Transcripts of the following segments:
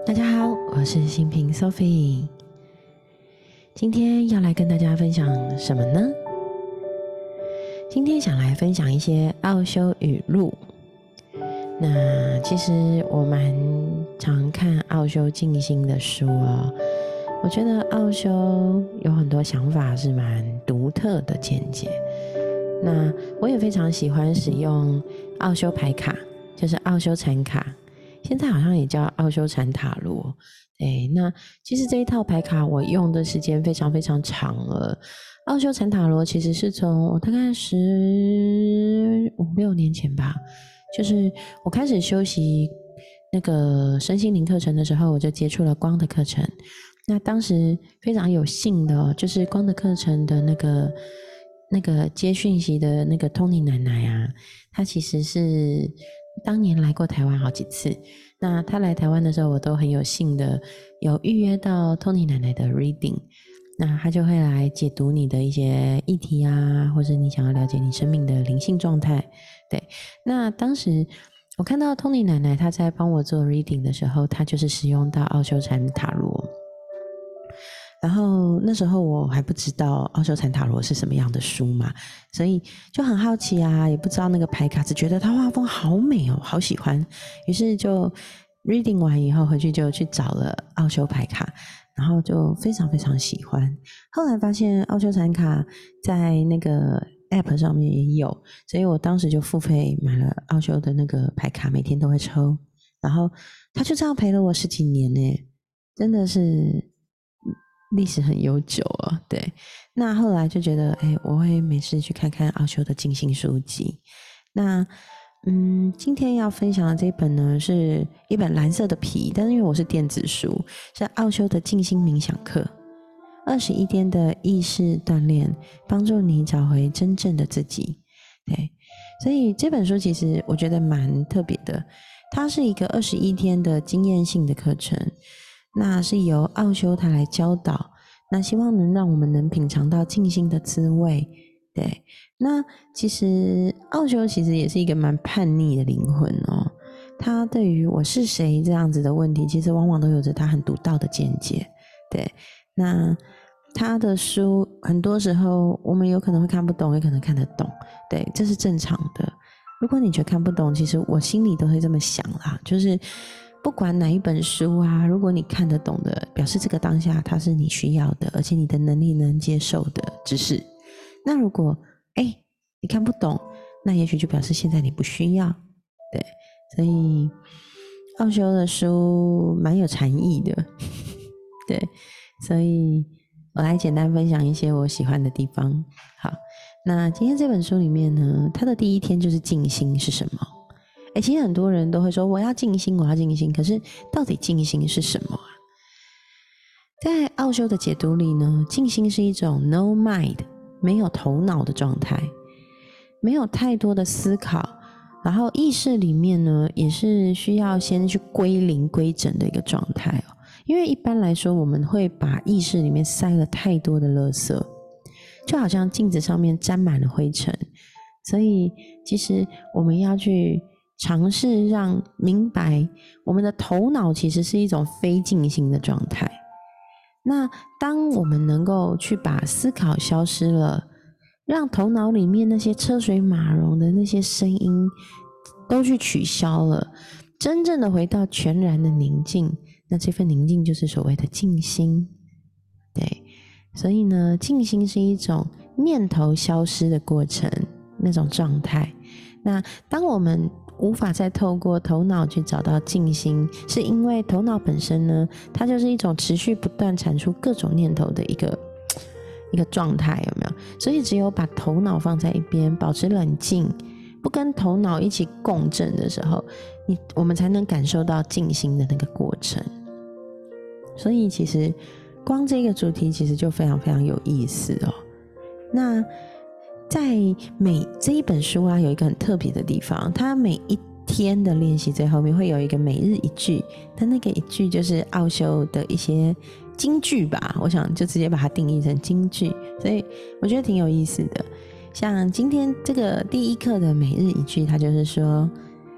大家好，我是新平 Sophie。今天要来跟大家分享什么呢？今天想来分享一些奥修语录。那其实我蛮常看奥修静心的书哦。我觉得奥修有很多想法是蛮独特的见解。那我也非常喜欢使用奥修牌卡，就是奥修禅卡。现在好像也叫奥修禅塔罗。那其实这一套牌卡我用的时间非常非常长了。奥修禅塔罗其实是从我大概15-16年前吧，就是我开始修习那个身心灵课程的时候，我就接触了光的课程。那当时非常有幸的就是光的课程的那个接讯息的那个 Tony 奶奶啊，她其实是当年来过台湾好几次。那她来台湾的时候，我都很有幸的有预约到 Tony 奶奶的 reading。那她就会来解读你的一些议题啊，或者你想要了解你生命的灵性状态。对，那当时我看到 Tony 奶奶她在帮我做 reading 的时候，她就是使用到奥修禅塔罗。然后那时候我还不知道奥修禅塔罗是什么样的书嘛，所以就很好奇啊，也不知道那个牌卡，只觉得它画风好美哦，好喜欢。于是就 reading 完以后回去就去找了奥修牌卡，然后就非常非常喜欢。后来发现奥修禅卡在那个 app 上面也有，所以我当时就付费买了奥修的那个牌卡，每天都会抽。然后他就这样陪了我10几年耶，真的是历史很悠久哦。对，那后来就觉得我会没事去看看奥修的静心书籍。那今天要分享的这一本呢，是一本蓝色的皮，但是因为我是电子书，是奥修的静心冥想课，21天的意识锻炼，帮助你找回真正的自己。对，所以这本书其实我觉得蛮特别的，它是一个21天的经验性的课程。那是由奥修他来教导，那希望能让我们能品尝到静心的滋味。对，那其实奥修其实也是一个蛮叛逆的灵魂哦，他对于我是谁这样子的问题，其实往往都有着他很独到的见解。对，那他的书很多时候我们有可能会看不懂，也可能看得懂，对，这是正常的。如果你觉得看不懂，其实我心里都会这么想啦，就是不管哪一本书啊，如果你看得懂的，表示这个当下它是你需要的，而且你的能力能接受的知识。那如果你看不懂，那也许就表示现在你不需要。对，所以奥修的书蛮有禅意的。对，所以我来简单分享一些我喜欢的地方。好，那今天这本书里面呢，它的第一天就是静心是什么？其实很多人都会说我要静心，我要静心，可是到底静心是什么啊？在奥修的解读里呢，静心是一种 no mind， 没有头脑的状态，没有太多的思考，然后意识里面呢也是需要先去归零归整的一个状态哦。因为一般来说我们会把意识里面塞了太多的垃圾，就好像镜子上面沾满了灰尘，所以其实我们要去尝试让明白我们的头脑其实是一种非静心的状态。那当我们能够去把思考消失了，让头脑里面那些车水马龙的那些声音都去取消了，真正的回到全然的宁静，那这份宁静就是所谓的静心。对，所以呢，静心是一种念头消失的过程，那种状态。那当我们无法再透过头脑去找到静心，是因为头脑本身呢，它就是一种持续不断产出各种念头的一个状态，有没有？所以只有把头脑放在一边，保持冷静，不跟头脑一起共振的时候，我们才能感受到静心的那个过程。所以其实光这个主题其实就非常非常有意思哦。那在这一本书啊，有一个很特别的地方，它每一天的练习最后面会有一个每日一句，它那个一句就是奥修的一些金句吧，我想就直接把它定义成金句，所以我觉得挺有意思的。像今天这个第一课的每日一句，它就是说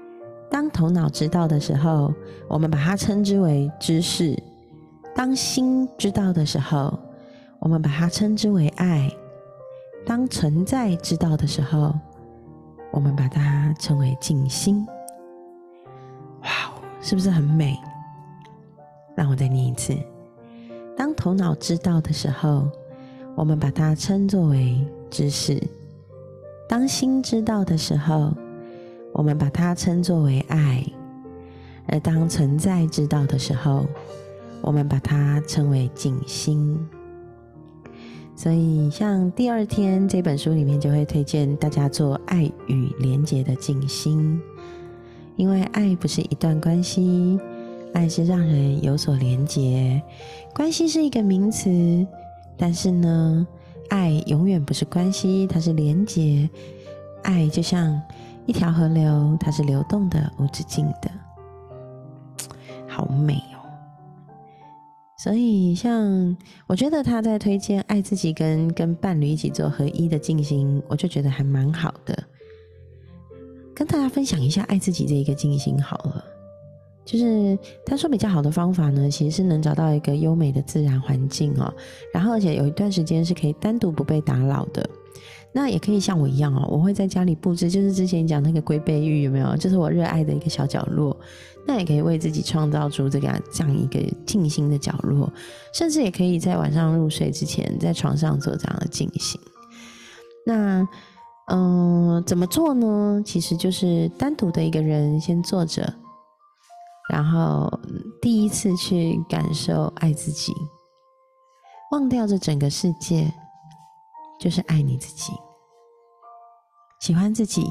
当头脑知道的时候，我们把它称之为知识；当心知道的时候，我们把它称之为爱；当存在知道的时候，我们把它称为静心。哇，是不是很美？让我再念一次。当头脑知道的时候，我们把它称作为知识；当心知道的时候，我们把它称作为爱；而当存在知道的时候，我们把它称为静心。所以像第2天这本书里面就会推荐大家做爱与连结的静心，因为爱不是一段关系，爱是让人有所连结。关系是一个名词，但是呢，爱永远不是关系，它是连结。爱就像一条河流，它是流动的，无止境的，好美哦。所以像我觉得他在推荐爱自己跟伴侣一起做合一的静心，我就觉得还蛮好的。跟大家分享一下爱自己这一个静心好了。就是他说比较好的方法呢，其实是能找到一个优美的自然环境哦，然后而且有一段时间是可以单独不被打扰的。那也可以像我一样哦，我会在家里布置，就是之前讲那个龟背浴有没有？就是我热爱的一个小角落。那也可以为自己创造出这样一个静心的角落，甚至也可以在晚上入睡之前，在床上做这样的静心。那怎么做呢？其实就是单独的一个人先坐着，然后第一次去感受爱自己，忘掉这整个世界，就是爱你自己，喜欢自己，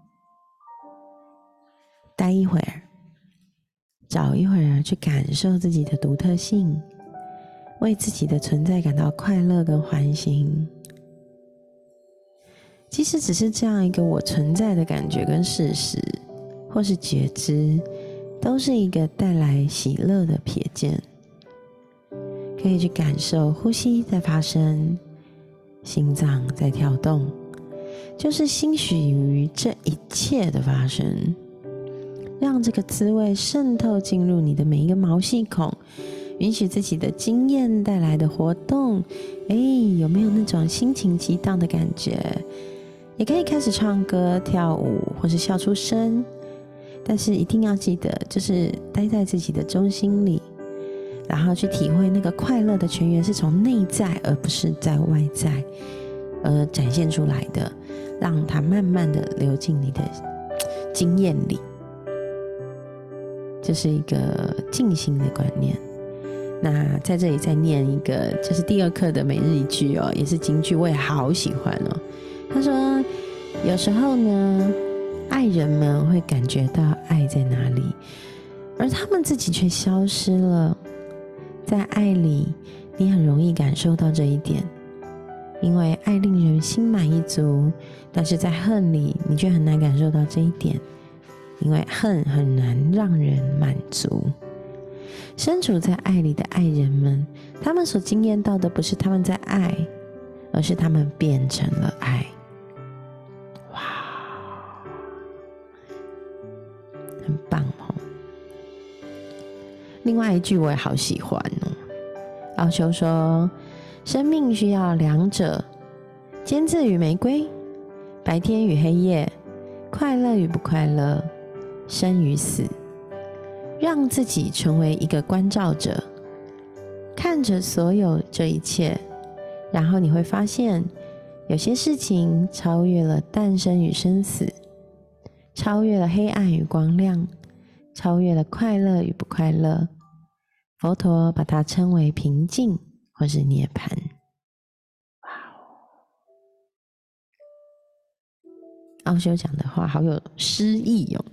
待一会儿，找一会儿去感受自己的独特性，为自己的存在感到快乐跟欢欣。即使只是这样一个我存在的感觉跟事实，或是觉知，都是一个带来喜乐的瞥见。可以去感受呼吸在发生，心脏在跳动，就是欣许于这一切的发生，让这个滋味渗透进入你的每一个毛细孔，允许自己的经验带来的活动，有没有那种心情激荡的感觉？也可以开始唱歌、跳舞，或是笑出声，但是一定要记得，就是待在自己的中心里，然后去体会那个快乐的泉源是从内在，而不是在外在而展现出来的，让它慢慢的流进你的经验里。这是一个静心的观念。那在这里再念一个，就是第2课的每日一句哦，也是金句，我也好喜欢哦。他说，有时候呢，爱人们会感觉到爱在哪里，而他们自己却消失了。在爱里，你很容易感受到这一点，因为爱令人心满意足，但是在恨里，你却很难感受到这一点，因为恨很难让人满足。身处在爱里的爱人们，他们所经验到的不是他们在爱，而是他们变成了爱。哇，很棒哦。另外一句我也好喜欢哦，奥修说，生命需要2者，尖刺与玫瑰，白天与黑夜，快乐与不快乐，生与死。让自己成为一个关照者，看着所有这一切，然后你会发现，有些事情超越了诞生与生死，超越了黑暗与光亮，超越了快乐与不快乐。佛陀把它称为平静或是涅槃。哇哦，奥修讲的话好有诗意哦。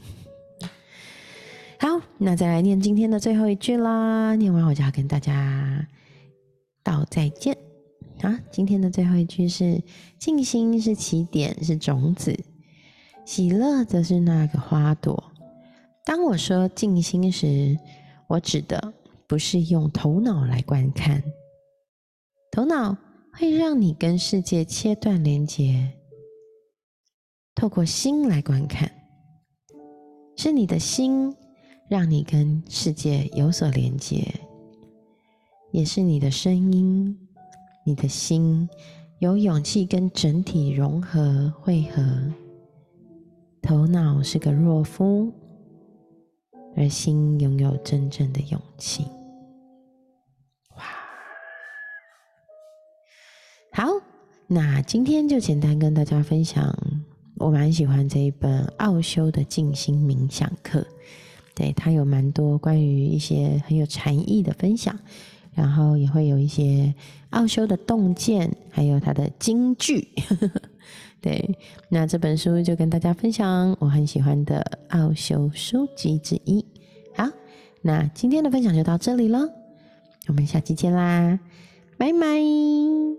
好，那再来念今天的最后一句啦。念完我就要跟大家道再见。好，今天的最后一句是：静心是起点，是种子；喜乐则是那个花朵。当我说静心时，我指的不是用头脑来观看，头脑会让你跟世界切断连结，透过心来观看。 是你的心让你跟世界有所连接，也是你的声音，你的心有勇气跟整体融合汇合。头脑是个懦夫，而心拥有真正的勇气。哇！好，那今天就简单跟大家分享，我蛮喜欢这一本奥修的静心冥想课。对，它有蛮多关于一些很有禅意的分享，然后也会有一些奥修的洞见，还有它的金句。对，那这本书就跟大家分享我很喜欢的奥修书籍之一。好，那今天的分享就到这里了，我们下期见啦，拜拜。